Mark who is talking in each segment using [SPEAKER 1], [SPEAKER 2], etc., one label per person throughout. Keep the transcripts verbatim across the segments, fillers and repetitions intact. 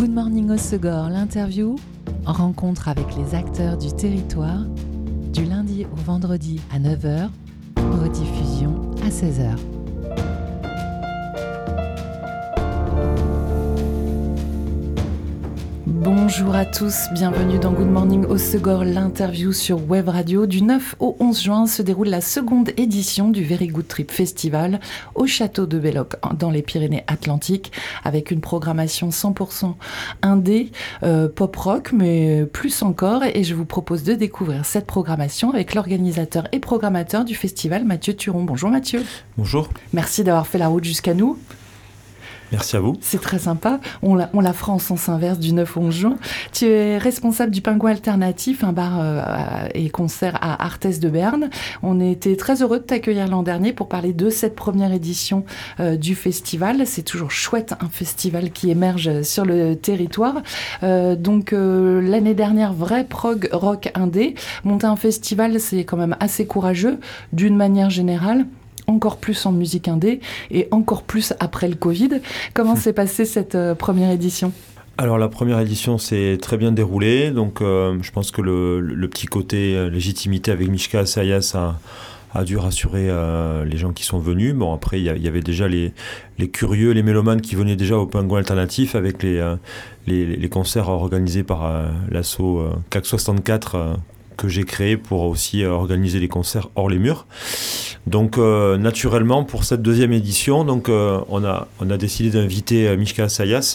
[SPEAKER 1] Good Morning Hossegor, l'interview, rencontre avec les acteurs du territoire, du lundi au vendredi à neuf heures, rediffusion à seize heures. Bonjour à tous, bienvenue dans Good Morning Hossegor, l'interview sur Web Radio. Du neuf au onze juin se déroule la seconde édition du Very Good Trip Festival au château de Belloc dans les Pyrénées-Atlantiques, avec une programmation cent pour cent indé, euh, pop-rock, mais plus encore. Et je vous propose de découvrir cette programmation avec l'organisateur et programmateur du festival, Mathieu Turon. Bonjour Mathieu.
[SPEAKER 2] Bonjour.
[SPEAKER 1] Merci d'avoir fait la route jusqu'à nous.
[SPEAKER 2] Merci à vous.
[SPEAKER 1] C'est très sympa. On la, on la fera en sens inverse du neuf au onze juin. Tu es responsable du Pingouin Alternatif, un bar euh, et concert à Arthès de Berne. On était très heureux de t'accueillir l'an dernier pour parler de cette première édition euh, du festival. C'est toujours chouette, un festival qui émerge sur le territoire. Euh, donc euh, l'année dernière, vrai prog rock indé. Monter un festival, c'est quand même assez courageux d'une manière générale. Encore plus en musique indé et encore plus après le Covid. Comment s'est passée cette euh, première édition ?
[SPEAKER 2] Alors la première édition s'est très bien déroulée, donc euh, je pense que le, le petit côté euh, légitimité avec Mishka Assayas a, a dû rassurer euh, les gens qui sont venus. Bon, après il y, y avait déjà les, les curieux, les mélomanes qui venaient déjà au Pingouin Alternatif avec les, euh, les, les concerts organisés par euh, l'asso euh, C A C soixante-quatre euh, que j'ai créé pour aussi euh, organiser les concerts hors les murs. Donc euh, naturellement pour cette deuxième édition, donc euh, on a on a décidé d'inviter euh, Mishka Assayas,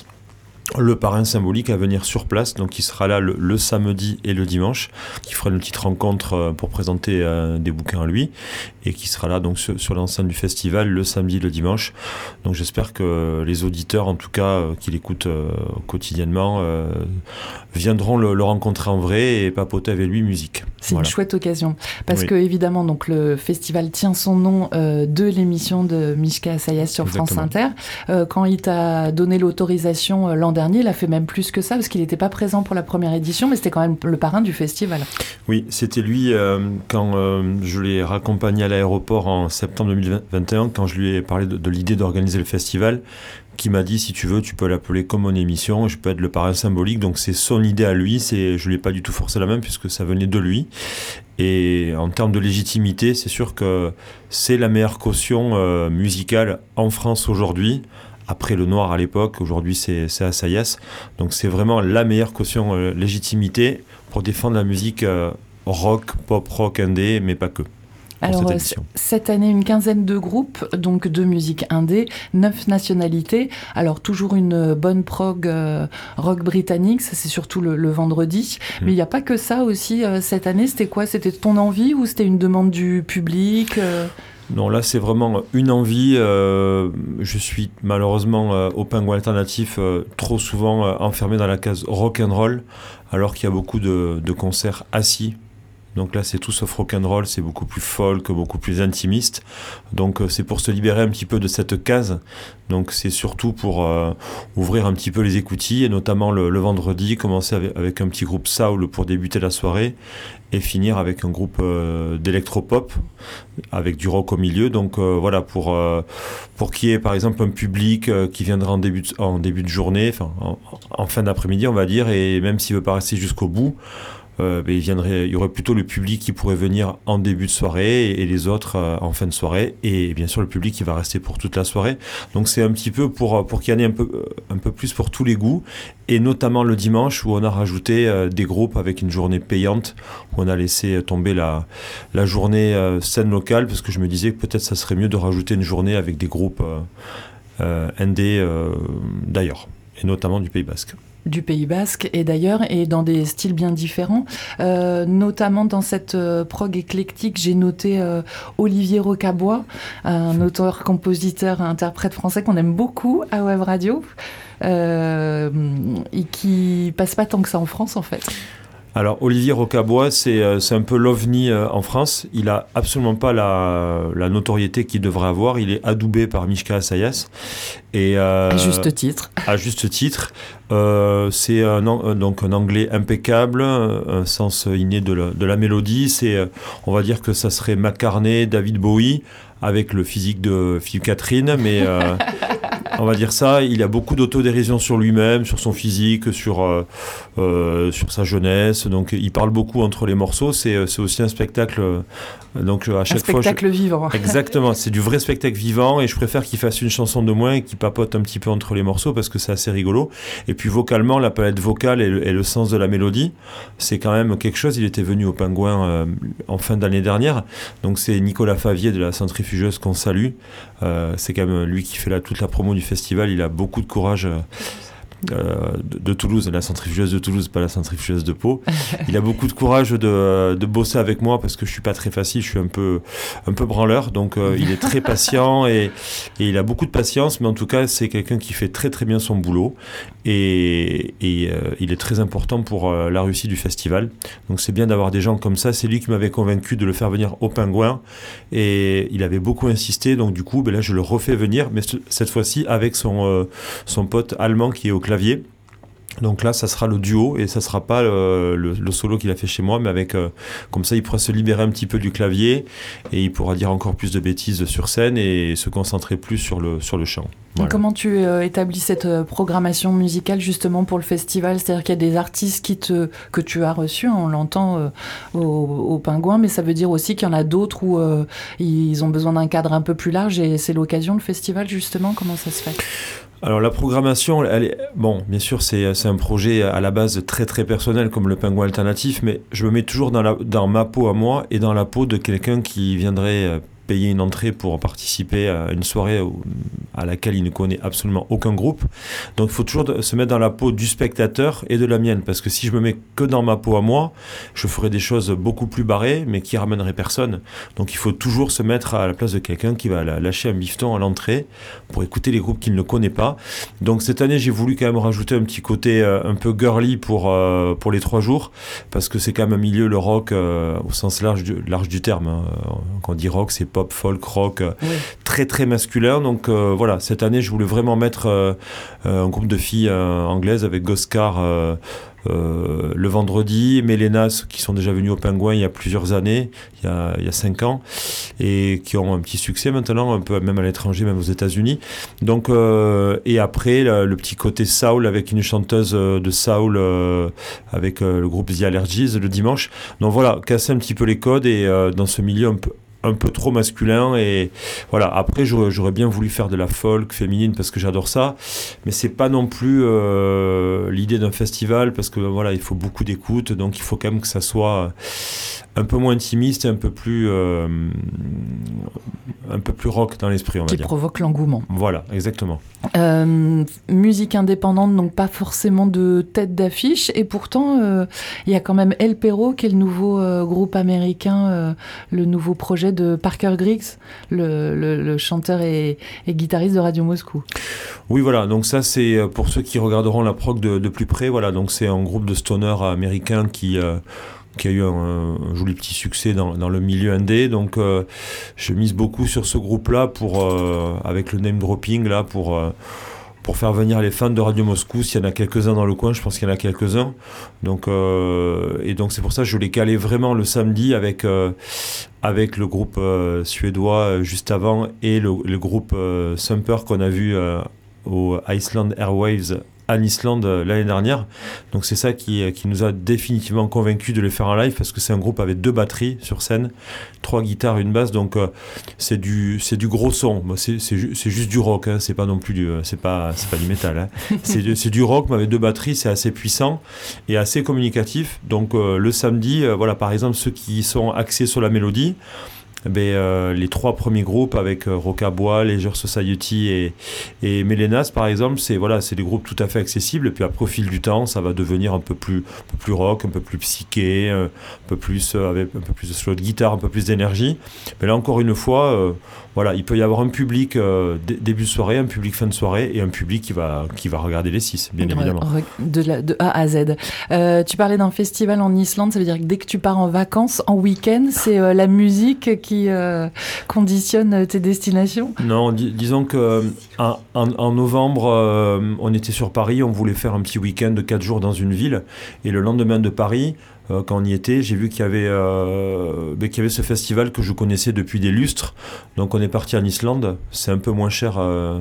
[SPEAKER 2] le parrain symbolique, à venir sur place. Donc il sera là le, le samedi et le dimanche, qui fera une petite rencontre euh, pour présenter euh, des bouquins à lui, et qui sera là donc sur, sur l'enceinte du festival le samedi et le dimanche. Donc j'espère que les auditeurs, en tout cas euh, qui l'écoutent euh, quotidiennement, euh, viendront le, le rencontrer en vrai et papoter avec lui musique.
[SPEAKER 1] C'est
[SPEAKER 2] voilà.
[SPEAKER 1] Une chouette occasion, parce oui. que évidemment donc le festival tient son nom euh, de l'émission de Mishka Assayas sur Exactement. France Inter. Euh, quand il t'a donné l'autorisation euh, l'an dernier, il a fait même plus que ça, parce qu'il n'était pas présent pour la première édition, mais c'était quand même le parrain du festival.
[SPEAKER 2] Oui, c'était lui euh, quand euh, je l'ai raccompagné à l'aéroport en septembre deux mille vingt et un, quand je lui ai parlé de, de l'idée d'organiser le festival, qui m'a dit, si tu veux, tu peux l'appeler comme mon émission, je peux être le parrain symbolique. Donc c'est son idée à lui, c'est, je ne lui ai pas du tout forcé la main puisque ça venait de lui. Et en termes de légitimité, c'est sûr que c'est la meilleure caution euh, musicale en France aujourd'hui. Après le noir à l'époque, aujourd'hui c'est, c'est Assayas. Donc c'est vraiment la meilleure caution euh, légitimité pour défendre la musique euh, rock, pop rock indé, mais pas que.
[SPEAKER 1] Alors, cette, cette année, une quinzaine de groupes, donc de musique indé, neuf nationalités. Alors, toujours une bonne prog euh, rock britannique, ça c'est surtout le, le vendredi. Mmh. Mais il n'y a pas que ça aussi. Euh, cette année, c'était quoi ? C'était ton envie ou c'était une demande du public euh...
[SPEAKER 2] Non, là, c'est vraiment une envie. Euh, je suis malheureusement euh, au Pingouin Alternatif euh, trop souvent euh, enfermé dans la case rock'n'roll, alors qu'il y a beaucoup de, de concerts assis. Donc là, c'est tout sauf rock'n'roll, c'est beaucoup plus folk, beaucoup plus intimiste. Donc euh, c'est pour se libérer un petit peu de cette case. Donc c'est surtout pour euh, ouvrir un petit peu les écoutilles, et notamment le, le vendredi, commencer avec, avec un petit groupe soul pour débuter la soirée, et finir avec un groupe euh, d'électropop, avec du rock au milieu. Donc euh, voilà, pour, euh, pour qu'il y ait par exemple un public euh, qui viendra en début de, en début de journée, enfin en, en fin d'après-midi on va dire, et même s'il ne veut pas rester jusqu'au bout, Euh, ben, il, viendrait, il y aurait plutôt le public qui pourrait venir en début de soirée et, et les autres euh, en fin de soirée, et bien sûr le public qui va rester pour toute la soirée. Donc c'est un petit peu pour, pour qu'il y en ait un peu, un peu plus pour tous les goûts, et notamment le dimanche où on a rajouté euh, des groupes avec une journée payante, où on a laissé tomber la, la journée euh, scène locale, parce que je me disais que peut-être ça serait mieux de rajouter une journée avec des groupes euh, euh, indés euh, d'ailleurs, et notamment du Pays Basque.
[SPEAKER 1] Du Pays Basque, et d'ailleurs, et dans des styles bien différents, euh, notamment dans cette euh, prog éclectique, j'ai noté euh, Olivier Rocabois, un auteur, compositeur, interprète français qu'on aime beaucoup à Web Radio, euh, et qui passe pas tant que ça en France en fait.
[SPEAKER 2] Alors Olivier Rocabois, c'est, euh, c'est un peu l'ovni euh, en France. Il a absolument pas la, la notoriété qu'il devrait avoir. Il est adoubé par Mishka Assayas. Et, euh,
[SPEAKER 1] à juste titre.
[SPEAKER 2] À juste titre. Euh, c'est un, donc un anglais impeccable, un sens inné de la, de la mélodie. C'est, on va dire que ça serait McCartney, David Bowie, avec le physique de Philippe Catherine, mais... Euh, on va dire ça. Il a beaucoup d'autodérision sur lui-même, sur son physique, sur, euh, euh, sur sa jeunesse. Donc il parle beaucoup entre les morceaux. C'est, c'est aussi un spectacle. Euh, donc à chaque
[SPEAKER 1] un spectacle
[SPEAKER 2] fois, je...
[SPEAKER 1] vivant.
[SPEAKER 2] Exactement, c'est du vrai spectacle vivant et je préfère qu'il fasse une chanson de moins et qu'il papote un petit peu entre les morceaux parce que c'est assez rigolo. Et puis vocalement, la palette vocale et le, et le sens de la mélodie, c'est quand même quelque chose. Il était venu au Pingouin euh, en fin d'année dernière. Donc c'est Nicolas Favier de la Centrifugeuse qu'on salue. Euh, c'est quand même lui qui fait la, toute la promo du festival. Il a beaucoup de courage. Euh, Euh, de, de Toulouse, la centrifugeuse de Toulouse, pas la centrifugeuse de Pau. Il a beaucoup de courage de, de bosser avec moi parce que je suis pas très facile, je suis un peu, un peu branleur, donc euh, il est très patient et, et il a beaucoup de patience, mais en tout cas c'est quelqu'un qui fait très très bien son boulot et, et euh, il est très important pour euh, la réussite du festival. Donc c'est bien d'avoir des gens comme ça. C'est lui qui m'avait convaincu de le faire venir au Pingouin et il avait beaucoup insisté, donc du coup ben là je le refais venir, mais c- cette fois-ci avec son, euh, son pote allemand qui est au clavier. Donc là, ça sera le duo et ça sera pas le, le, le solo qu'il a fait chez moi, mais avec euh, comme ça, il pourra se libérer un petit peu du clavier et il pourra dire encore plus de bêtises sur scène et se concentrer plus sur le sur le chant. Voilà.
[SPEAKER 1] Comment tu euh, établis cette euh, programmation musicale justement pour le festival? C'est-à-dire qu'il y a des artistes qui te, que tu as reçus, hein, on l'entend euh, au, au Pingouin, mais ça veut dire aussi qu'il y en a d'autres où euh, ils ont besoin d'un cadre un peu plus large et c'est l'occasion, le festival justement. Comment ça se fait?
[SPEAKER 2] Alors la programmation, elle est, bon, bien sûr, c'est, c'est un projet à la base très très personnel comme le Pingouin Alternatif, mais je me mets toujours dans, la, dans ma peau à moi et dans la peau de quelqu'un qui viendrait payer une entrée pour participer à une soirée à laquelle il ne connaît absolument aucun groupe. Donc il faut toujours se mettre dans la peau du spectateur et de la mienne, parce que si je me mets que dans ma peau à moi, je ferai des choses beaucoup plus barrées, mais qui ramèneraient personne. Donc il faut toujours se mettre à la place de quelqu'un qui va lâcher un bifton à l'entrée pour écouter les groupes qu'il ne connaît pas. Donc cette année, j'ai voulu quand même rajouter un petit côté un peu girly pour, euh, pour les trois jours, parce que c'est quand même un milieu, le rock, euh, au sens large du, large du terme. Hein. Quand on dit rock, c'est pop, folk, rock, oui. très très masculin. Donc euh, voilà, cette année je voulais vraiment mettre euh, un groupe de filles euh, anglaises avec Goscar euh, euh, le vendredi, Mélénas qui sont déjà venus au Pingouin il y a plusieurs années, il y a, il y a cinq ans, et qui ont un petit succès maintenant, un peu même à l'étranger, même aux États-Unis. Donc euh, et après le, le petit côté soul avec une chanteuse de soul euh, avec euh, le groupe The Allergies le dimanche. Donc voilà, casser un petit peu les codes et euh, dans ce milieu un peu un peu trop masculin et voilà. Après j'aurais, j'aurais bien voulu faire de la folk féminine parce que j'adore ça, mais c'est pas non plus euh, l'idée d'un festival parce que voilà, il faut beaucoup d'écoute, donc il faut quand même que ça soit un peu moins intimiste et un peu plus euh, un peu plus rock dans l'esprit, on va
[SPEAKER 1] qui
[SPEAKER 2] dire.
[SPEAKER 1] Provoque l'engouement.
[SPEAKER 2] Voilà, exactement.
[SPEAKER 1] Euh, musique indépendante, donc pas forcément de tête d'affiche, et pourtant euh, il y a quand même El Perro qui est le nouveau euh, groupe américain, euh, le nouveau projet de Parker Griggs, le, le, le chanteur et, et guitariste de Radio Moscou.
[SPEAKER 2] Oui, voilà, donc ça c'est pour ceux qui regarderont la prog de, de plus près, voilà, donc c'est un groupe de stoner américain qui euh, qui a eu un, un joli petit succès dans, dans le milieu indé, donc euh, je mise beaucoup sur ce groupe-là pour, euh, avec le name dropping là, pour, euh, pour faire venir les fans de Radio Moscou, s'il y en a quelques-uns dans le coin, je pense qu'il y en a quelques-uns, donc, euh, et donc c'est pour ça que je l'ai calé vraiment le samedi avec, euh, avec le groupe euh, suédois euh, juste avant et le, le groupe euh, Sumper qu'on a vu euh, au Iceland Airwaves en Islande l'année dernière. Donc c'est ça qui, qui nous a définitivement convaincus de les faire en live, parce que c'est un groupe avec deux batteries sur scène, trois guitares, une basse, donc euh, c'est du c'est du gros son. C'est c'est, c'est juste du rock, hein. C'est pas non plus du c'est pas c'est pas du métal. Hein. c'est c'est du rock, mais avec deux batteries, c'est assez puissant et assez communicatif. Donc euh, le samedi, euh, voilà, par exemple ceux qui sont axés sur la mélodie. Ben, euh, les trois premiers groupes avec euh, Rocabois, Leisure Society et, et Mélénas par exemple, c'est, voilà, c'est des groupes tout à fait accessibles, et puis après au fil du temps ça va devenir un peu plus, un peu plus rock, un peu plus psyché, un peu plus, euh, avec un peu plus de solo de guitare, un peu plus d'énergie. Mais là encore une fois, euh, voilà, il peut y avoir un public euh, d- début de soirée, un public fin de soirée et un public qui va, qui va regarder les six, bien évidemment.
[SPEAKER 1] De, la, de A à Z. Euh, tu parlais d'un festival en Islande, ça veut dire que dès que tu pars en vacances, en week-end, c'est euh, la musique qui Euh, conditionne tes destinations? Non,
[SPEAKER 2] dis, disons qu'en en, en novembre, euh, on était sur Paris, on voulait faire un petit week-end de quatre jours dans une ville, et le lendemain de Paris, euh, quand on y était, j'ai vu qu'il y avait, euh, ben, qu'il y avait ce festival que je connaissais depuis des lustres, donc on est parti en Islande, c'est un peu moins cher euh,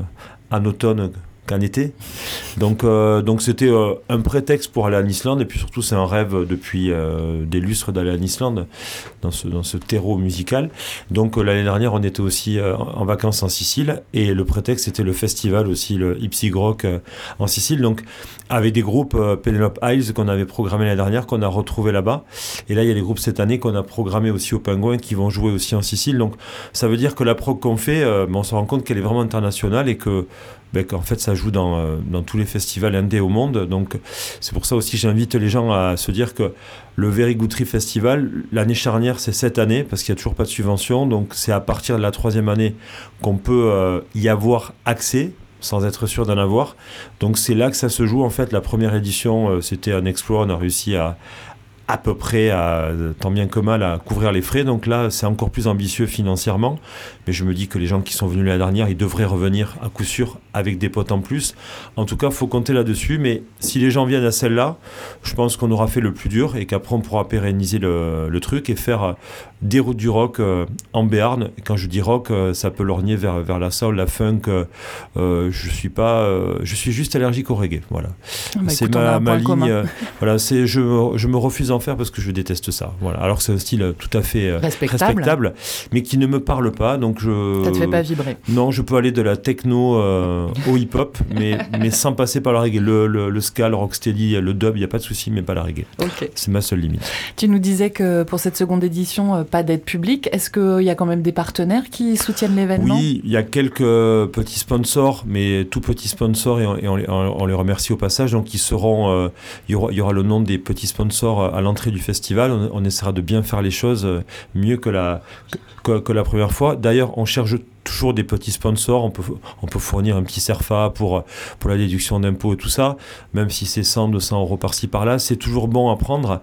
[SPEAKER 2] en automne qu'en été. Donc, euh, donc c'était euh, un prétexte pour aller en Islande, et puis surtout c'est un rêve depuis euh, des lustres d'aller en Islande, dans ce, dans ce terreau musical. Donc euh, l'année dernière on était aussi euh, en vacances en Sicile, et le prétexte c'était le festival aussi, le Ipsig Rock euh, en Sicile, donc avec des groupes euh, Penelope Isles qu'on avait programmé l'année dernière, qu'on a retrouvé là-bas, et là il y a des groupes cette année qu'on a programmé aussi au Pingouin qui vont jouer aussi en Sicile. Donc ça veut dire que la prog qu'on fait, euh, on se rend compte qu'elle est vraiment internationale, et que ben, qu'en fait ça joue dans, euh, dans tous les festivals indés au monde. Donc c'est pour ça aussi que j'invite les gens à se dire que le Very Good Trip Festival, l'année charnière c'est cette année, parce qu'il n'y a toujours pas de subvention, donc c'est à partir de la troisième année qu'on peut euh, y avoir accès, sans être sûr d'en avoir. Donc c'est là que ça se joue en fait. La première édition euh, c'était un exploit, on a réussi à à peu près, à, tant bien que mal, à couvrir les frais. Donc là, c'est encore plus ambitieux financièrement. Mais je me dis que les gens qui sont venus l'année dernière, ils devraient revenir à coup sûr avec des potes en plus. En tout cas, il faut compter là-dessus. Mais si les gens viennent à celle-là, je pense qu'on aura fait le plus dur, et qu'après, on pourra pérenniser le, le truc et faire des routes du rock euh, en Béarn. Et quand je dis rock, euh, ça peut lorgner vers, vers la soul, la funk. Euh, je suis pas, euh, je suis juste allergique au reggae. Voilà.
[SPEAKER 1] Ah bah
[SPEAKER 2] c'est
[SPEAKER 1] écoute,
[SPEAKER 2] ma, ma ligne.
[SPEAKER 1] Euh,
[SPEAKER 2] voilà, c'est, je, je me refuse en faire parce que je déteste ça. Voilà. Alors que c'est un style tout à fait euh,
[SPEAKER 1] respectable.
[SPEAKER 2] respectable, mais qui ne me parle pas. Donc je.
[SPEAKER 1] Ça te fait pas vibrer.
[SPEAKER 2] Non, je peux aller de la techno euh, au hip-hop, mais, mais sans passer par la reggae. Le, le, le ska, le rocksteady, le dub, il n'y a pas de souci, mais pas la reggae.
[SPEAKER 1] Okay.
[SPEAKER 2] C'est ma seule limite.
[SPEAKER 1] Tu nous disais que pour cette seconde édition, euh, pas d'aide publique. Est-ce qu'il y a quand même des partenaires qui soutiennent l'événement ?
[SPEAKER 2] Oui, il y a quelques petits sponsors, mais tout petits sponsors, et on, et on, les, on les remercie au passage. Donc ils seront, euh, il y aura, il y aura le nom des petits sponsors à l'entrée du festival. On, on essaiera de bien faire les choses mieux que la, que, que la première fois. D'ailleurs, on cherche toujours des petits sponsors. On peut, on peut fournir un petit CERFA pour, pour la déduction d'impôts et tout ça, même si c'est cent, deux cents euros par-ci par-là. C'est toujours bon à prendre.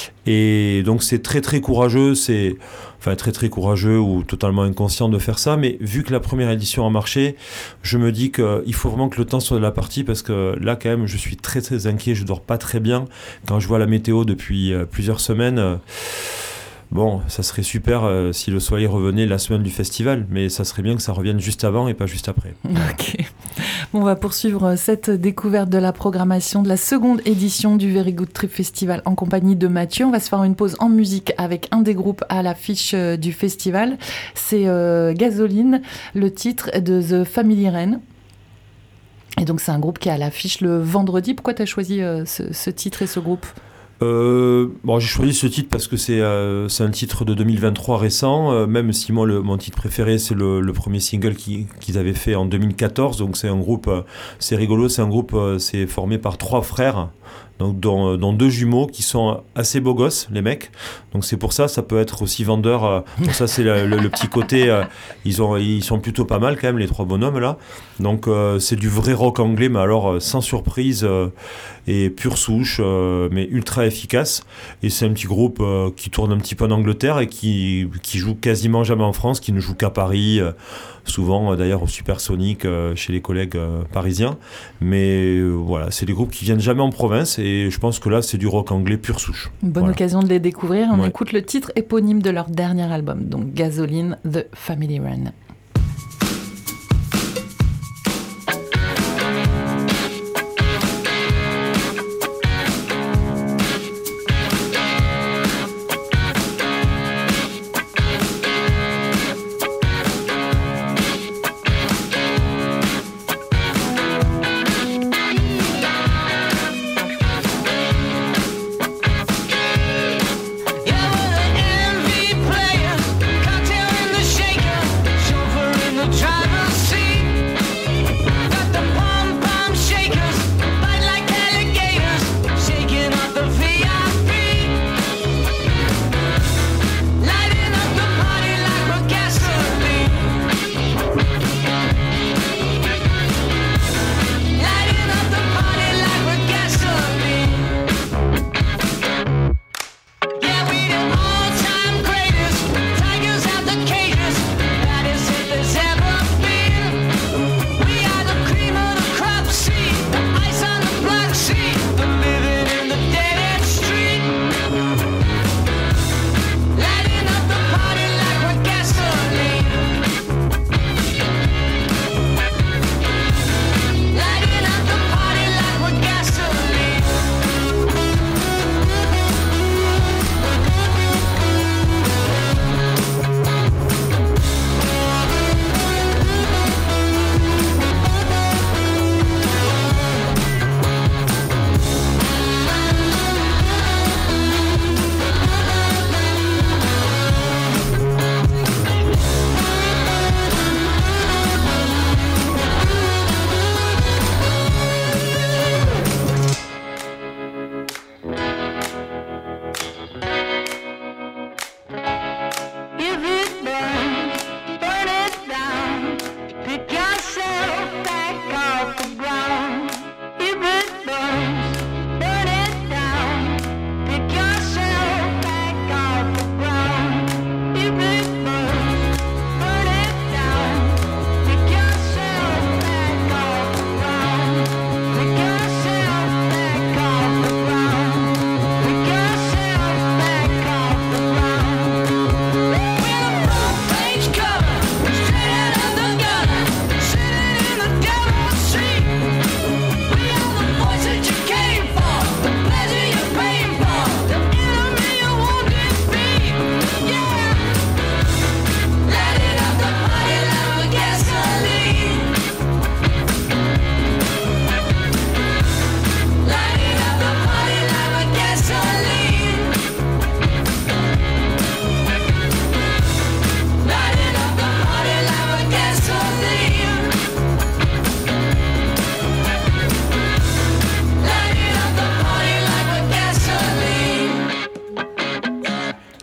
[SPEAKER 2] Et donc c'est très très courageux, c'est enfin très très courageux ou totalement inconscient de faire ça, mais vu que la première édition a marché, je me dis qu'il faut vraiment que le temps soit de la partie, parce que là quand même je suis très très inquiet, je dors pas très bien quand je vois la météo depuis euh, plusieurs semaines. Euh, Bon, ça serait super euh, si le soleil revenait la semaine du festival, mais ça serait bien que ça revienne juste avant et pas juste après.
[SPEAKER 1] Ok. Bon, on va poursuivre cette découverte de la programmation de la seconde édition du Very Good Trip Festival en compagnie de Mathieu. On va se faire une pause en musique avec un des groupes à l'affiche du festival. C'est euh, Gasoline, le titre de The Family Rain. Et donc c'est un groupe qui est à l'affiche le vendredi. Pourquoi tu as choisi euh, ce, ce titre et ce groupe ?
[SPEAKER 2] Euh, bon, j'ai choisi ce titre parce que c'est, euh, c'est un titre de deux mille vingt-trois récent, euh, même si moi le, mon titre préféré c'est le, le premier single qui, qu'ils avaient fait en deux mille quatorze. Donc c'est un groupe, euh, c'est rigolo, c'est un groupe, euh, c'est formé par trois frères, donc dont, dont deux jumeaux qui sont assez beaux gosses, les mecs. Donc c'est pour ça, ça peut être aussi vendeur. Euh, pour ça c'est le, le, le petit côté, euh, ils, ont, ils sont plutôt pas mal quand même, les trois bonhommes là. Donc euh, c'est du vrai rock anglais, mais alors euh, sans surprise euh, et pure souche, euh, mais ultra efficace. Et c'est un petit groupe euh, qui tourne un petit peu en Angleterre et qui, qui joue quasiment jamais en France, qui ne joue qu'à Paris, euh, souvent euh, d'ailleurs au Supersonic euh, chez les collègues euh, parisiens. Mais euh, voilà, c'est des groupes qui viennent jamais en province, et je pense que là c'est du rock anglais pure souche.
[SPEAKER 1] Une bonne
[SPEAKER 2] voilà.
[SPEAKER 1] occasion de les découvrir. On
[SPEAKER 2] ouais.
[SPEAKER 1] écoute le titre éponyme de leur dernier album, donc Gasoline, The Family Rain.
[SPEAKER 3] You're an M V player, cocktail in the shaker. Show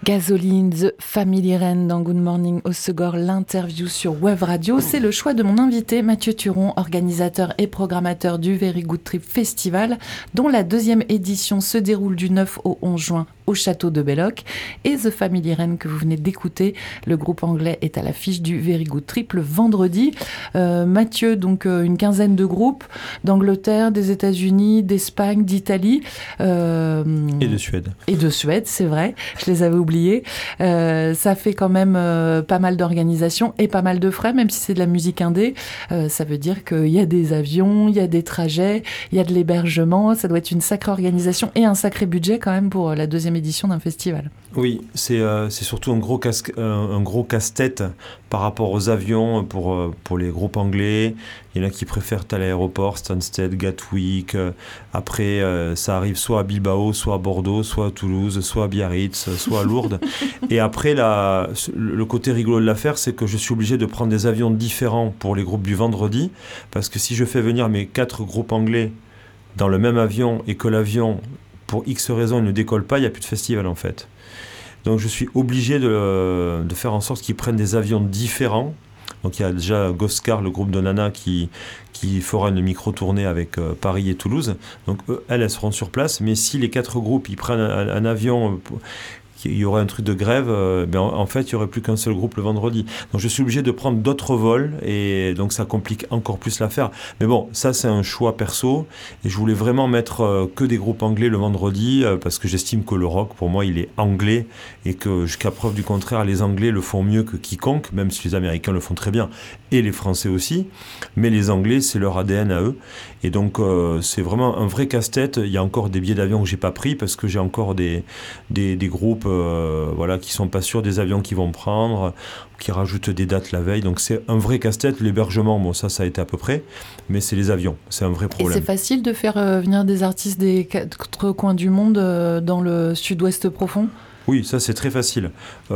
[SPEAKER 1] Gasoline, The Family Reine dans Good Morning Hossegor, l'interview sur Web Radio. C'est le choix de mon invité Mathieu Turon, organisateur et programmateur du Very Good Trip Festival, dont la deuxième édition se déroule du neuf au onze juin au château de Belloc, et The Family Reine que vous venez d'écouter. Le groupe anglais est à l'affiche du Very Good Trip le vendredi. Euh, Mathieu, donc euh, une quinzaine de groupes d'Angleterre, des États-Unis, d'Espagne, d'Italie. Euh,
[SPEAKER 2] et de Suède.
[SPEAKER 1] Et de Suède, c'est vrai. Je les avais oubliés. Euh, ça fait quand même euh, pas mal d'organisations et pas mal de frais, même si c'est de la musique indé. Euh, ça veut dire qu'il y a des avions, il y a des trajets, il y a de l'hébergement. Ça doit être une sacrée organisation et un sacré budget quand même pour la deuxième édition d'un festival.
[SPEAKER 2] Oui, c'est, euh, c'est surtout un gros, casse, euh, un gros casse-tête par rapport aux avions pour, euh, pour les groupes anglais. Il y en a qui préfèrent tel aéroport, Stansted, Gatwick. Euh, après, euh, ça arrive soit à Bilbao, soit à Bordeaux, soit à Toulouse, soit à Biarritz, soit à Lourdes. Et après, la, le côté rigolo de l'affaire, c'est que je suis obligé de prendre des avions différents pour les groupes du vendredi, parce que si je fais venir mes quatre groupes anglais dans le même avion et que l'avion, pour X raisons, il ne décolle pas, il n'y a plus de festival en fait. Donc je suis obligé de, de faire en sorte qu'ils prennent des avions différents. Donc il y a déjà Ghostcar, le groupe de Nana, qui, qui fera une micro-tournée avec euh, Paris et Toulouse. Donc eux, elles, elles seront sur place. Mais si les quatre groupes ils prennent un, un avion... Pour, il y aurait un truc de grève, euh, ben en, en fait, il n'y aurait plus qu'un seul groupe le vendredi. Donc, je suis obligé de prendre d'autres vols et donc ça complique encore plus l'affaire. Mais bon, ça, c'est un choix perso et je voulais vraiment mettre euh, que des groupes anglais le vendredi euh, parce que j'estime que le rock, pour moi, il est anglais et que jusqu'à preuve du contraire, les Anglais le font mieux que quiconque, même si les Américains le font très bien et les Français aussi. Mais les Anglais, c'est leur A D N à eux. Et donc, euh, c'est vraiment un vrai casse-tête. Il y a encore des billets d'avion que je n'ai pas pris parce que j'ai encore des, des, des groupes Euh, voilà, qui sont pas sûrs des avions qu'ils vont prendre, qui rajoutent des dates la veille. Donc c'est un vrai casse-tête. L'hébergement, bon ça, ça a été à peu près, mais c'est les avions, c'est un vrai problème.
[SPEAKER 1] Et c'est facile de faire euh, venir des artistes des quatre coins du monde euh, dans le sud-ouest profond ?
[SPEAKER 2] Oui, ça c'est très facile.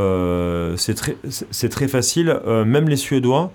[SPEAKER 2] Euh, c'est, très, c'est très facile. Euh, même les Suédois,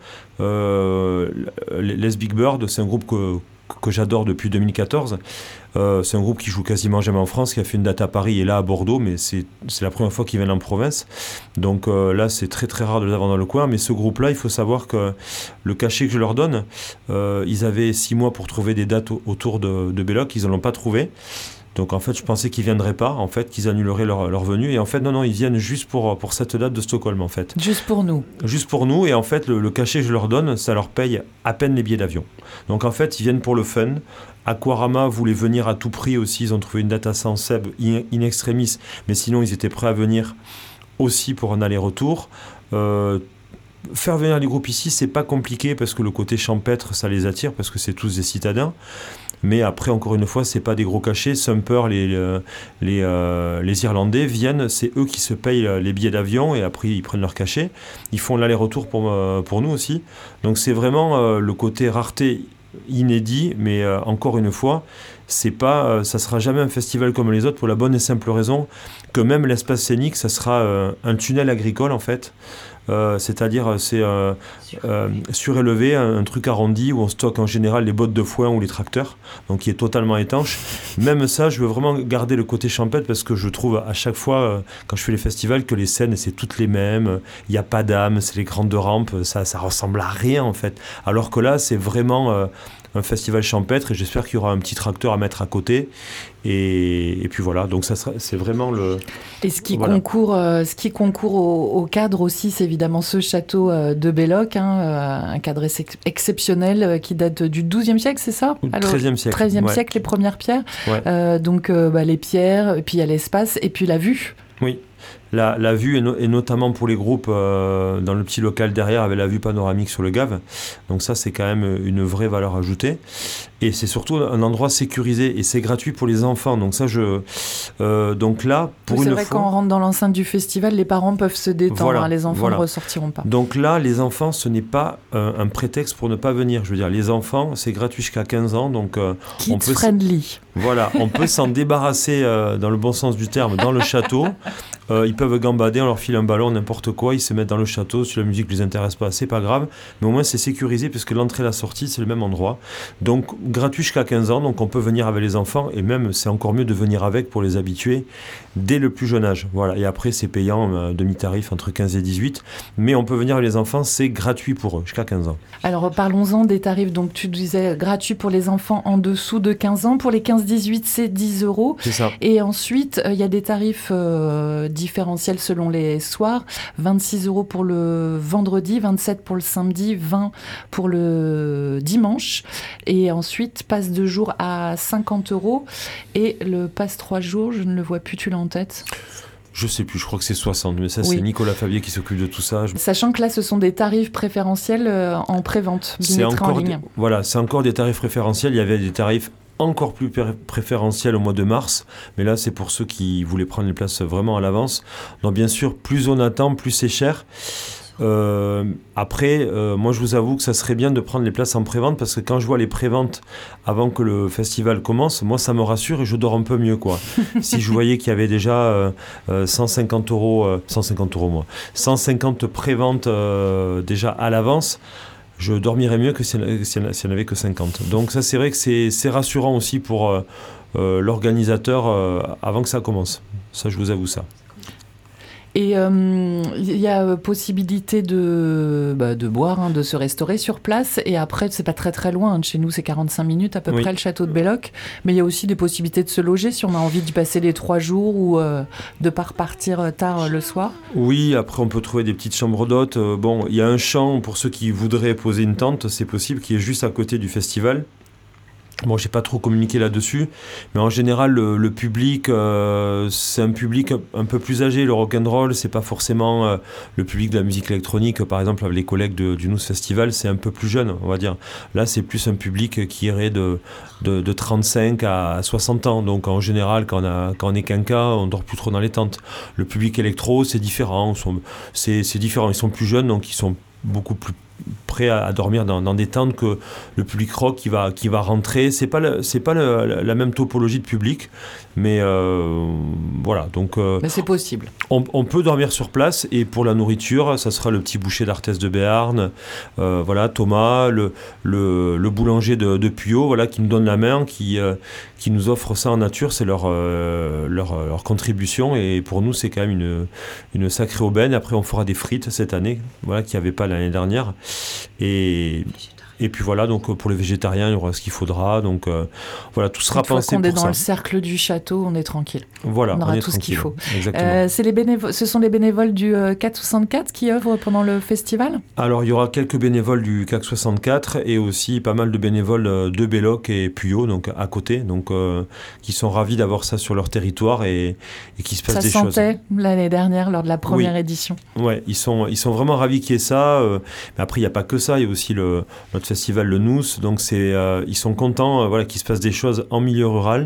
[SPEAKER 2] euh, les, les Big Bird, c'est un groupe que que j'adore depuis deux mille quatorze. Euh, c'est un groupe qui joue quasiment jamais en France, qui a fait une date à Paris et là à Bordeaux, mais c'est, c'est la première fois qu'ils viennent en province. Donc euh, là, c'est très très rare de les avoir dans le coin. Mais ce groupe-là, il faut savoir que le cachet que je leur donne, euh, ils avaient six mois pour trouver des dates au- autour de, de Belloc, ils n'en ont pas trouvé. Donc en fait, je pensais qu'ils ne viendraient pas, en fait, qu'ils annuleraient leur, leur venue. Et en fait, non, non, ils viennent juste pour, pour cette date de Stockholm, en fait.
[SPEAKER 1] Juste pour nous.
[SPEAKER 2] Juste pour nous. Et en fait, le, le cachet que je leur donne, ça leur paye à peine les billets d'avion. Donc en fait, ils viennent pour le fun. Aquarama voulait venir à tout prix aussi. Ils ont trouvé une date à San Seb, in, in extremis. Mais sinon, ils étaient prêts à venir aussi pour un aller-retour. Euh, faire venir les groupes ici, c'est pas compliqué parce que le côté champêtre, ça les attire parce que c'est tous des citadins. Mais après, encore une fois, c'est pas des gros cachets. Sumper, les, les, euh, les Irlandais viennent, c'est eux qui se payent les billets d'avion et après ils prennent leur cachet. Ils font l'aller-retour pour, euh, pour nous aussi. Donc c'est vraiment euh, le côté rareté inédit, mais euh, encore une fois, c'est pas, euh, ça sera jamais un festival comme les autres pour la bonne et simple raison que même l'espace scénique, ça sera euh, un tunnel agricole en fait. Euh, c'est-à-dire c'est euh, euh, surélevé, un, un truc arrondi où on stocke en général les bottes de foin ou les tracteurs, donc qui est totalement étanche. Même ça, je veux vraiment garder le côté champêtre parce que je trouve à chaque fois, euh, quand je fais les festivals, que les scènes, c'est toutes les mêmes, il n'y a pas d'âme, c'est les grandes rampes, ça, ça ressemble à rien en fait. Alors que là, c'est vraiment... Euh, un festival champêtre et j'espère qu'il y aura un petit tracteur à mettre à côté et, et puis voilà, donc ça sera, c'est vraiment le...
[SPEAKER 1] Et ce qui
[SPEAKER 2] voilà.
[SPEAKER 1] concourt, euh, ce qui concourt au, au cadre aussi, c'est évidemment ce château euh, de Belloc, hein, euh, un cadre ex- exceptionnel euh, qui date du douzième siècle, c'est ça ?
[SPEAKER 2] Alors, treizième siècle.
[SPEAKER 1] treizième
[SPEAKER 2] ouais.
[SPEAKER 1] siècle, les premières pierres.
[SPEAKER 2] Ouais.
[SPEAKER 1] Euh, donc euh, bah, les pierres, et puis il y a l'espace, et puis la vue.
[SPEAKER 2] Oui. La, la vue, et, no, et notamment pour les groupes, euh, dans le petit local derrière, avec la vue panoramique sur le Gave. Donc ça, c'est quand même une vraie valeur ajoutée. Et c'est surtout un endroit sécurisé et c'est gratuit pour les enfants. Donc ça, je... Euh, donc là, pour
[SPEAKER 1] oui,
[SPEAKER 2] une
[SPEAKER 1] c'est vrai,
[SPEAKER 2] fois...
[SPEAKER 1] quand on rentre dans l'enceinte du festival, les parents peuvent se détendre,
[SPEAKER 2] voilà,
[SPEAKER 1] hein, les enfants
[SPEAKER 2] voilà.
[SPEAKER 1] ne ressortiront pas.
[SPEAKER 2] Donc là, les enfants, ce n'est pas euh, un prétexte pour ne pas venir. Je veux dire, les enfants, c'est gratuit jusqu'à quinze ans. Donc euh,
[SPEAKER 1] Kids
[SPEAKER 2] on peut
[SPEAKER 1] friendly.
[SPEAKER 2] Voilà, on peut s'en débarrasser euh, dans le bon sens du terme dans le château. Euh, ils peuvent peuvent gambader, on leur file un ballon, n'importe quoi, ils se mettent dans le château, si la musique ne les intéresse pas, c'est pas grave, mais au moins c'est sécurisé puisque l'entrée et la sortie c'est le même endroit. Donc gratuit jusqu'à quinze ans, donc on peut venir avec les enfants et même c'est encore mieux de venir avec pour les habituer dès le plus jeune âge. Voilà. Et après c'est payant, euh, demi-tarif entre quinze et dix-huit, mais on peut venir avec les enfants, c'est gratuit pour eux jusqu'à quinze ans.
[SPEAKER 1] Alors parlons-en des tarifs, donc tu disais gratuit pour les enfants en dessous de quinze ans, pour les quinze dix-huit c'est dix euros.
[SPEAKER 2] C'est ça.
[SPEAKER 1] Et ensuite il euh, y a des tarifs euh, différentiels selon les soirs, vingt-six euros pour le vendredi, vingt-sept pour le samedi, vingt pour le dimanche, et ensuite passe deux jours à cinquante euros, et le passe trois jours, je ne le vois plus, tu l'as en tête?
[SPEAKER 2] Je sais plus, je crois que c'est soixante, mais ça
[SPEAKER 1] oui.
[SPEAKER 2] c'est Nicolas Fabier qui s'occupe de tout ça. Je...
[SPEAKER 1] Sachant que là ce sont des tarifs préférentiels euh, en pré-vente,
[SPEAKER 2] c'est encore
[SPEAKER 1] en ligne.
[SPEAKER 2] Des, voilà, c'est encore des tarifs préférentiels, il y avait des tarifs encore plus pr- préférentiels au mois de mars, mais là c'est pour ceux qui voulaient prendre les places vraiment à l'avance. Donc bien sûr, plus on attend, plus c'est cher. Euh, après, euh, moi je vous avoue que ça serait bien de prendre les places en pré-vente parce que quand je vois les pré-ventes avant que le festival commence, moi ça me rassure et je dors un peu mieux, quoi. Si je voyais qu'il y avait déjà euh, euh, cent cinquante euros, euh, cent cinquante euros moi, cent cinquante pré-ventes euh, déjà à l'avance, je dormirais mieux que s'il n'y en avait que cinquante. Donc ça c'est vrai que c'est, c'est rassurant aussi pour euh, euh, l'organisateur euh, avant que ça commence. Ça je vous avoue ça.
[SPEAKER 1] Et il euh, y a possibilité de, bah, de boire, hein, de se restaurer sur place. Et après, c'est pas très très loin. De chez nous, c'est quarante-cinq minutes à peu oui. près, le château de Belloc. Mais il y a aussi des possibilités de se loger si on a envie d'y passer les trois jours ou euh, de pas repartir tard euh, le soir.
[SPEAKER 2] Oui, après on peut trouver des petites chambres d'hôtes. Euh, bon, il y a un champ pour ceux qui voudraient poser une tente, c'est possible, qui est juste à côté du festival. Bon, j'ai pas trop communiqué là-dessus, mais en général, le, le public, euh, c'est un public un, un peu plus âgé. Le rock'n'roll, c'est pas forcément euh, le public de la musique électronique. Par exemple, avec les collègues de, du Nous Festival, c'est un peu plus jeune, on va dire. Là, c'est plus un public qui irait de, de, de trente-cinq à soixante ans. Donc, en général, quand on, a, quand on est quinca, on dort plus trop dans les tentes. Le public électro, c'est différent. Sont, c'est, c'est différent. Ils sont plus jeunes, donc ils sont beaucoup plus prêt à, à dormir dans, dans des tentes que le public rock qui va, qui va rentrer. C'est pas, le, c'est pas le, la, la même topologie de public, mais euh, voilà. Donc, euh,
[SPEAKER 1] mais c'est possible.
[SPEAKER 2] On, on peut dormir sur place et pour la nourriture, ça sera le petit boucher d'Arthès de Béarn, euh, voilà, Thomas, le, le, le boulanger de, de Puyot, voilà, qui nous donne la main, qui, euh, qui nous offre ça en nature. C'est leur, euh, leur, leur contribution et pour nous, c'est quand même une, une sacrée aubaine. Après, on fera des frites cette année, voilà, qu'il n'y avait pas l'année dernière. Et, et puis voilà, donc pour les végétariens, il y aura ce qu'il faudra. Donc euh, voilà, tout sera
[SPEAKER 1] Une fois
[SPEAKER 2] pensé
[SPEAKER 1] qu'on
[SPEAKER 2] pour
[SPEAKER 1] est dans
[SPEAKER 2] ça.
[SPEAKER 1] le cercle du château, on est tranquille.
[SPEAKER 2] Voilà,
[SPEAKER 1] on aura
[SPEAKER 2] on est
[SPEAKER 1] tout
[SPEAKER 2] tranquille.
[SPEAKER 1] Ce qu'il faut.
[SPEAKER 2] Exactement.
[SPEAKER 1] Euh, c'est les bénévoles, ce sont les bénévoles du euh, C A C soixante-quatre qui œuvrent pendant le festival ?
[SPEAKER 2] Alors il y aura quelques bénévoles du C A C soixante-quatre et aussi pas mal de bénévoles de Belloc et Puyot, donc à côté, donc euh, qui sont ravis d'avoir ça sur leur territoire et, et qui se passe
[SPEAKER 1] ça
[SPEAKER 2] des choses. Ça
[SPEAKER 1] sentait l'année dernière lors de la première
[SPEAKER 2] oui.
[SPEAKER 1] édition.
[SPEAKER 2] Ouais, ils sont ils sont vraiment ravis qu'il y ait ça. Euh, mais après il y a pas que ça, il y a aussi le notre festival le Nous. Donc c'est, euh, ils sont contents euh, voilà, qu'il se passe des choses en milieu rural.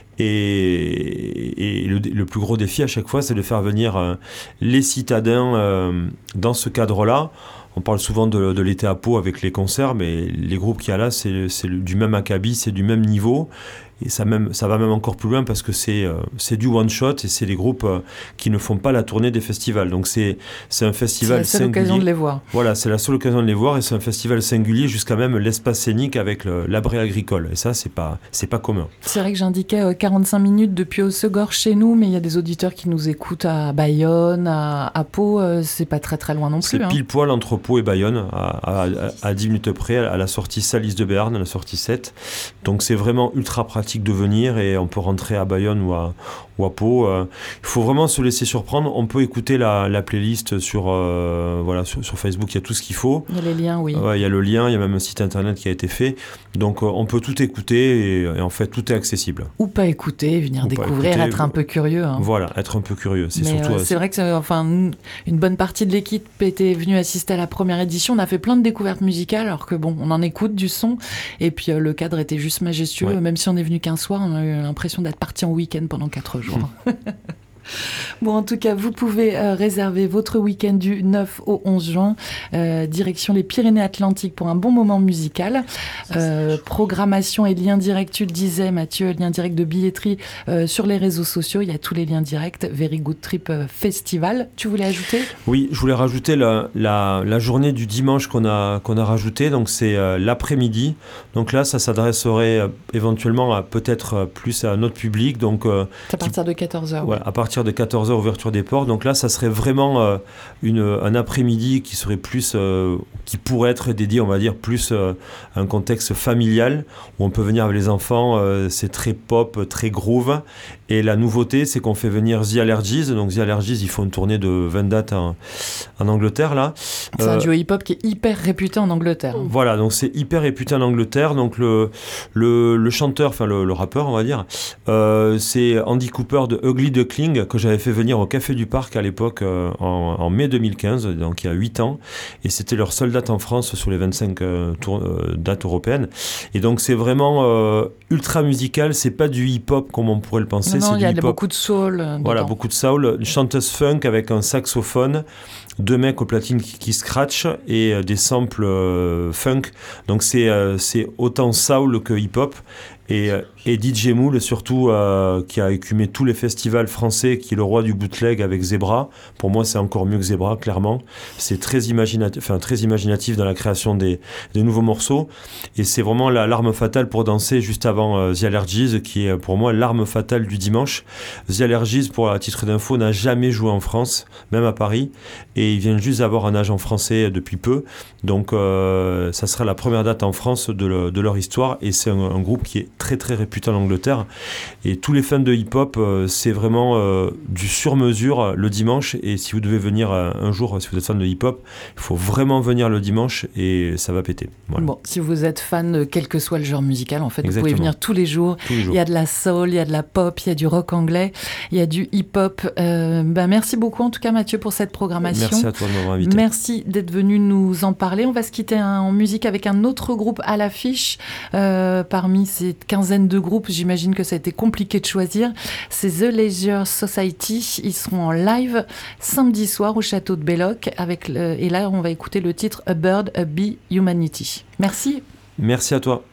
[SPEAKER 2] Et, et le, le plus gros défi à chaque fois, c'est de faire venir euh, les citadins euh, dans ce cadre-là. On parle souvent de, de l'été à Pau avec les concerts, mais les groupes qu'il y a là, c'est, c'est du même acabit, c'est du même niveau. Et ça, même, ça va même encore plus loin parce que c'est, euh, c'est du one-shot et c'est des groupes euh, qui ne font pas la tournée des festivals. Donc c'est, c'est un festival singulier.
[SPEAKER 1] C'est la seule
[SPEAKER 2] singulier.
[SPEAKER 1] occasion de les voir.
[SPEAKER 2] Voilà, c'est la seule occasion de les voir et c'est un festival singulier jusqu'à même l'espace scénique avec le, l'abri agricole. Et ça, c'est pas, c'est pas commun.
[SPEAKER 1] C'est vrai que j'indiquais euh, quarante-cinq minutes depuis Hossegor chez nous, mais il y a des auditeurs qui nous écoutent à Bayonne, à, à Pau. Euh, c'est pas très très loin non plus.
[SPEAKER 2] C'est
[SPEAKER 1] hein.
[SPEAKER 2] pile poil entre Pau et Bayonne, à, à, à dix minutes près, à la sortie Salis de Béarn, à la sortie sept. Donc c'est vraiment ultra pratique de venir et on peut rentrer à Bayonne ou à, ou à Pau. Il faut vraiment se laisser surprendre. On peut écouter la, la playlist sur, euh, voilà, sur, sur Facebook, il y a tout ce qu'il faut.
[SPEAKER 1] Il y a les liens, oui.
[SPEAKER 2] Ouais, il y a le lien, il y a même un site internet qui a été fait. Donc euh, on peut tout écouter et, et en fait tout est accessible.
[SPEAKER 1] Ou pas écouter, venir
[SPEAKER 2] ou
[SPEAKER 1] découvrir,
[SPEAKER 2] écouter,
[SPEAKER 1] être un peu curieux. Hein.
[SPEAKER 2] Voilà, être un peu curieux. C'est,
[SPEAKER 1] Mais
[SPEAKER 2] surtout,
[SPEAKER 1] euh, c'est vrai que c'est, enfin, une bonne partie de l'équipe était venue assister à la première édition. On a fait plein de découvertes musicales alors que bon, on en écoute du son. Et puis euh, le cadre était juste majestueux. Ouais. Même si on est venu qu'un soir, on a eu l'impression d'être parti en week-end pendant quatre jours. Bon, en tout cas, vous pouvez euh, réserver votre week-end du neuf au onze juin, euh, direction les Pyrénées-Atlantiques pour un bon moment musical. Euh, programmation et liens directs, tu le disais, Mathieu, lien direct de billetterie euh, sur les réseaux sociaux. Il y a tous les liens directs. Very Good Trip euh, Festival. Tu voulais ajouter ?
[SPEAKER 2] Oui, je voulais rajouter la, la, la journée du dimanche qu'on a, qu'on a rajoutée. Donc, c'est euh, l'après-midi. Donc là, ça s'adresserait euh, éventuellement à peut-être euh, plus à notre public. Donc, euh,
[SPEAKER 1] à partir qui, de quatorze heures.
[SPEAKER 2] Ouais,
[SPEAKER 1] oui.
[SPEAKER 2] À partir de quatorze heures, ouverture des portes. Donc là, ça serait vraiment euh, une, un après-midi qui serait plus, euh, qui pourrait être dédié, on va dire, plus euh, à un contexte familial où on peut venir avec les enfants. Euh, c'est très pop, très groove. Et la nouveauté, c'est qu'on fait venir The Allergies. Donc The Allergies, ils font une tournée de vingt dates en, en Angleterre là.
[SPEAKER 1] C'est euh, un duo hip-hop qui est hyper réputé en Angleterre.
[SPEAKER 2] Voilà, donc c'est hyper réputé en Angleterre. Donc le le, le chanteur, enfin le, le rappeur, on va dire, euh, c'est Andy Cooper de Ugly Duckling que j'avais fait venir au Café du Parc à l'époque euh, en, en mai deux mille quinze, donc il y a huit ans, et c'était leur seule date en France sur les vingt-cinq euh, tour, euh, dates européennes. Et donc c'est vraiment euh, ultra musical, c'est pas du hip-hop comme on pourrait le penser.
[SPEAKER 1] Non,
[SPEAKER 2] c'est
[SPEAKER 1] il y a
[SPEAKER 2] hip-hop.
[SPEAKER 1] beaucoup de soul. Euh,
[SPEAKER 2] voilà, beaucoup de soul, une chanteuse funk avec un saxophone, deux mecs au platine qui, qui scratchent et euh, des samples euh, funk. Donc c'est, euh, c'est autant soul que hip-hop. Et, et D J Moule, surtout, euh, qui a écumé tous les festivals français, qui est le roi du bootleg avec Zebra. Pour moi, c'est encore mieux que Zebra, clairement. C'est très imaginatif, enfin, très imaginatif dans la création des, des nouveaux morceaux. Et c'est vraiment la, l'arme fatale pour danser juste avant euh, The Allergies, qui est pour moi l'arme fatale du dimanche. The Allergies, pour à titre d'info, n'a jamais joué en France, même à Paris. Et ils viennent juste d'avoir un agent français depuis peu. Donc, euh, ça sera la première date en France de, le, de leur histoire. Et c'est un, un groupe qui est très très réputé en Angleterre, et tous les fans de hip-hop, euh, c'est vraiment euh, du sur-mesure le dimanche. Et si vous devez venir euh, un jour, si vous êtes fan de hip-hop, il faut vraiment venir le dimanche et ça va péter. Voilà.
[SPEAKER 1] Bon, si vous êtes fan, quel que soit le genre musical, en fait,
[SPEAKER 2] Exactement.
[SPEAKER 1] Vous pouvez venir tous les jours.
[SPEAKER 2] Tous les jours.
[SPEAKER 1] Il y a de la soul, il y a de la pop, il y a du rock anglais, il y a du hip-hop. Euh, ben merci beaucoup en tout cas Mathieu pour cette programmation.
[SPEAKER 2] Merci à toi de m'avoir invité.
[SPEAKER 1] Merci d'être venu nous en parler. On va se quitter en musique avec un autre groupe à l'affiche. Euh, parmi ces quinzaine de groupes, j'imagine que ça a été compliqué de choisir. C'est The Leisure Society. Ils seront en live samedi soir au château de Belloc. Avec le... Et là, on va écouter le titre A Bird, A Bee, Humanity. Merci.
[SPEAKER 2] Merci à toi.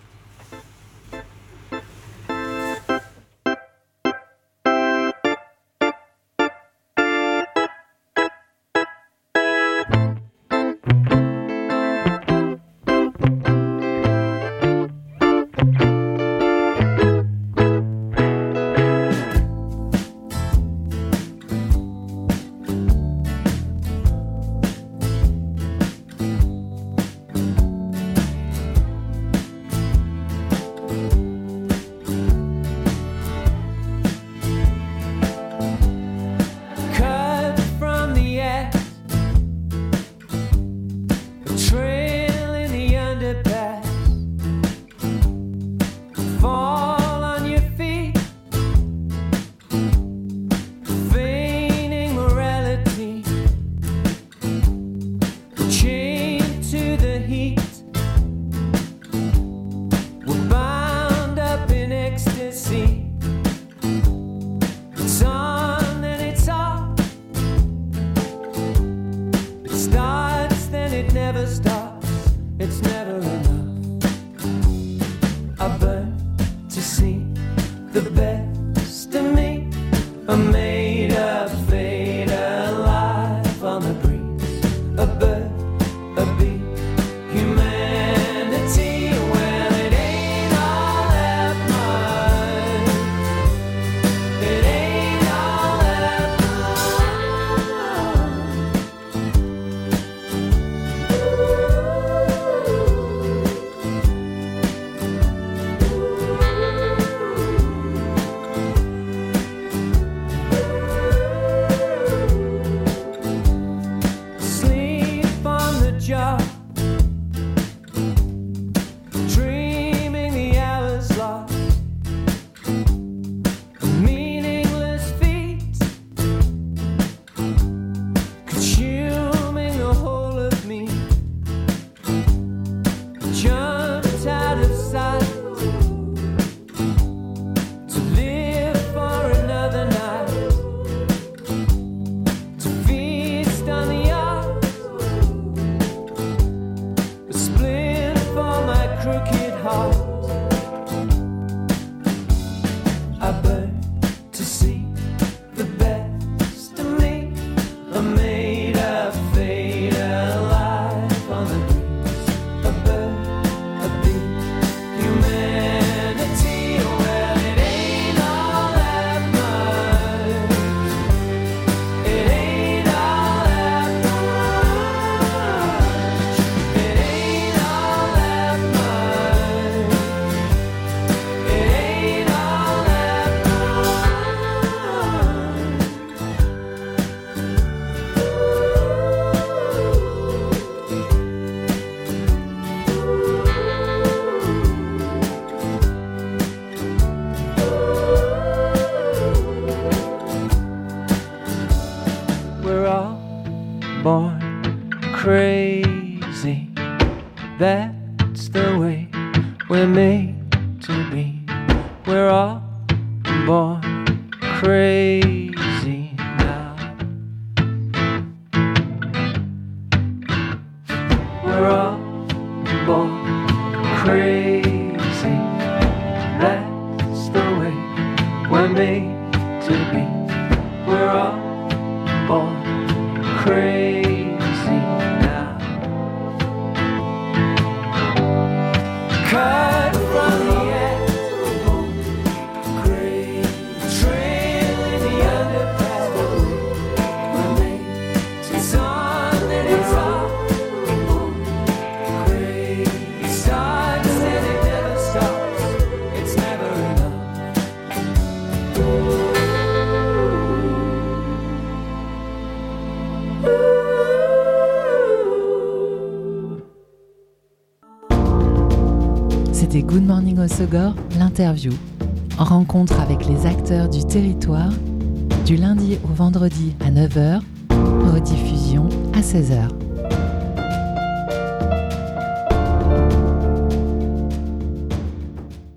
[SPEAKER 3] We're all born crazy now. We're all born crazy. That's the way we're made to be. We're all born crazy now. Cut from the edge, trail in the underpass. We're made to sun and it's all crazy. It starts and it never stops. It's never enough.
[SPEAKER 1] C'était Good Morning Hossegor, l'interview. Rencontre avec les acteurs du territoire, du lundi au vendredi à neuf heures, rediffusion à seize heures.